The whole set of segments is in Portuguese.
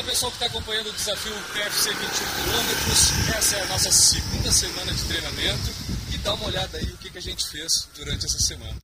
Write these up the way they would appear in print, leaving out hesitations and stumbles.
pessoal que está acompanhando o desafio PFC 21 km, essa é a nossa segunda semana de treinamento e dá uma olhada aí o que a gente fez durante essa semana.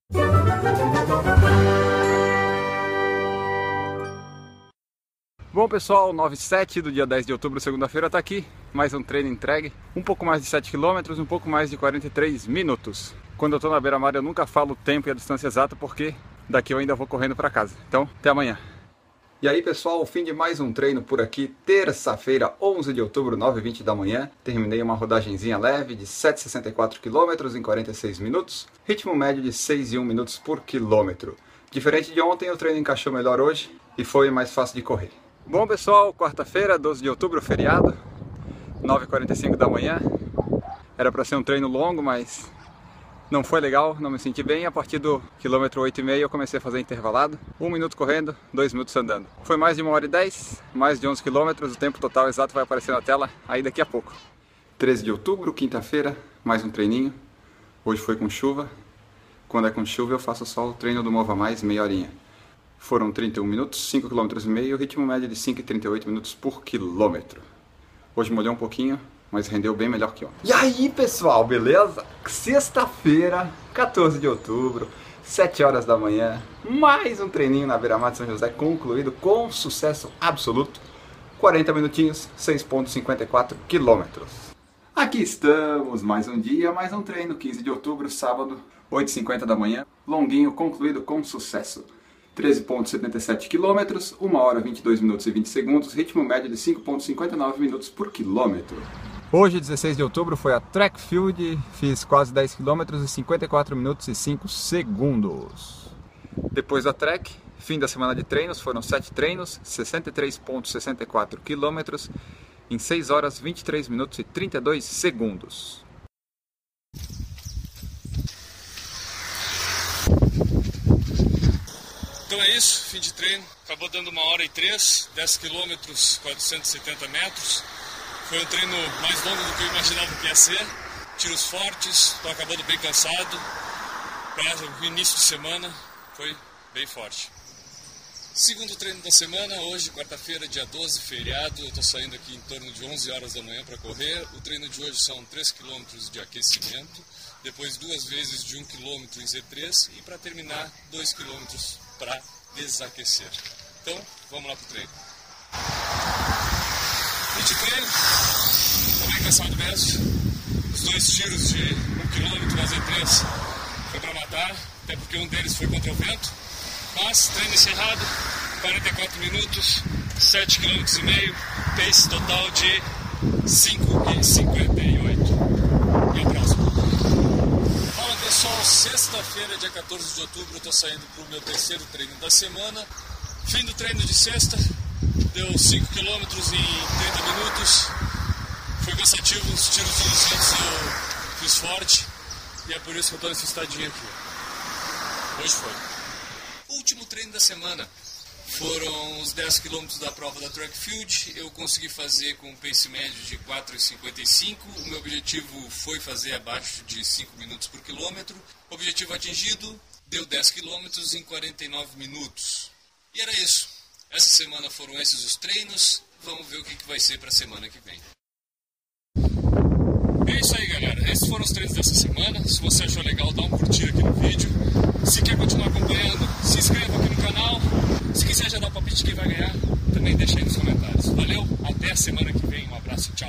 Bom pessoal, 9/7 do dia 10 de outubro, segunda-feira, está aqui, mais um treino entregue, um pouco mais de 7 km, um pouco mais de 43 minutos. Quando eu estou na beira-mar eu nunca falo o tempo e a distância exata porque daqui eu ainda vou correndo para casa. Então, até amanhã. E aí pessoal, fim de mais um treino por aqui, terça-feira, 11 de outubro, 9h20 da manhã. Terminei uma rodagenzinha leve de 7,64 km em 46 minutos, ritmo médio de 6,1 minutos por quilômetro. Diferente de ontem, o treino encaixou melhor hoje e foi mais fácil de correr. Bom pessoal, quarta-feira, 12 de outubro, feriado, 9h45 da manhã. Era para ser um treino longo, mas não foi legal, não me senti bem. A partir do quilômetro 8,5 eu comecei a fazer intervalado, 1 minuto correndo, 2 minutos andando. Foi mais de 1h10, mais de 11 km, o tempo total exato vai aparecer na tela aí daqui a pouco. 13 de outubro, quinta-feira, mais um treininho. Hoje foi com chuva. Quando é com chuva eu faço só o treino do Mova Mais, meia horinha. Foram 31 minutos, 5,5 km, ritmo médio de 5,38 minutos por quilômetro. Hoje molhou um pouquinho, mas rendeu bem melhor que ontem. E aí pessoal, beleza? Sexta-feira, 14 de outubro, 7 horas da manhã, mais um treininho na beira-mar de São José, concluído com sucesso absoluto. 40 minutinhos, 6,54 quilômetros. Aqui estamos, mais um dia, mais um treino, 15 de outubro, sábado, 8h50 da manhã, longuinho, concluído com sucesso. 13,77 km, 1 hora 22 minutos e 20 segundos, ritmo médio de 5,59 minutos por quilômetro. Hoje, 16 de outubro, foi a Track Field, fiz quase 10 km e 54 minutos e 5 segundos. Depois da Track, fim da semana de treinos, foram 7 treinos, 63,64 km, em 6 horas 23 minutos e 32 segundos. Então é isso, fim de treino, acabou dando 1h03, 10 km, 470 metros. Foi um treino mais longo do que eu imaginava que ia ser. Tiros fortes, estou acabando bem cansado. Para o início de semana foi bem forte. Segundo treino da semana, hoje, quarta-feira, dia 12, feriado. Eu estou saindo aqui em torno de 11 horas da manhã para correr. O treino de hoje são 3 km de aquecimento, depois 2 vezes de 1 km em Z3 e para terminar 2 km para desaquecer. Então, vamos lá pro treino. Fim de treino, tô bem cansado mesmo. Os 2 tiros de 1 km na Z3 foi para matar, até porque um deles foi contra o vento. Mas, treino encerrado, 44 minutos, 7 km e meio, pace total de 5,58. E o próximo. Pessoal, sexta-feira, dia 14 de outubro, eu estou saindo para o meu terceiro treino da semana. Fim do treino de sexta, deu 5 km em 30 minutos. Foi cansativo, os tiros iniciantes eu fiz forte e é por isso que eu estou nesse estadinho aqui. Hoje foi. Último treino da semana. Foram os 10 km da prova da Track Field, eu consegui fazer com um pace médio de 4,55, o meu objetivo foi fazer abaixo de 5 minutos por quilômetro, objetivo atingido, deu 10 km em 49 minutos. E era isso, essa semana foram esses os treinos, vamos ver o que vai ser para a semana que vem. É isso aí galera, esses foram os treinos dessa semana, se você achou legal dá um curtir aqui no vídeo, se quer continuar acompanhando, se inscreva aqui no canal. Se quiser já dar o palpite de quem vai ganhar, também deixa aí nos comentários. Valeu, até a semana que vem, um abraço.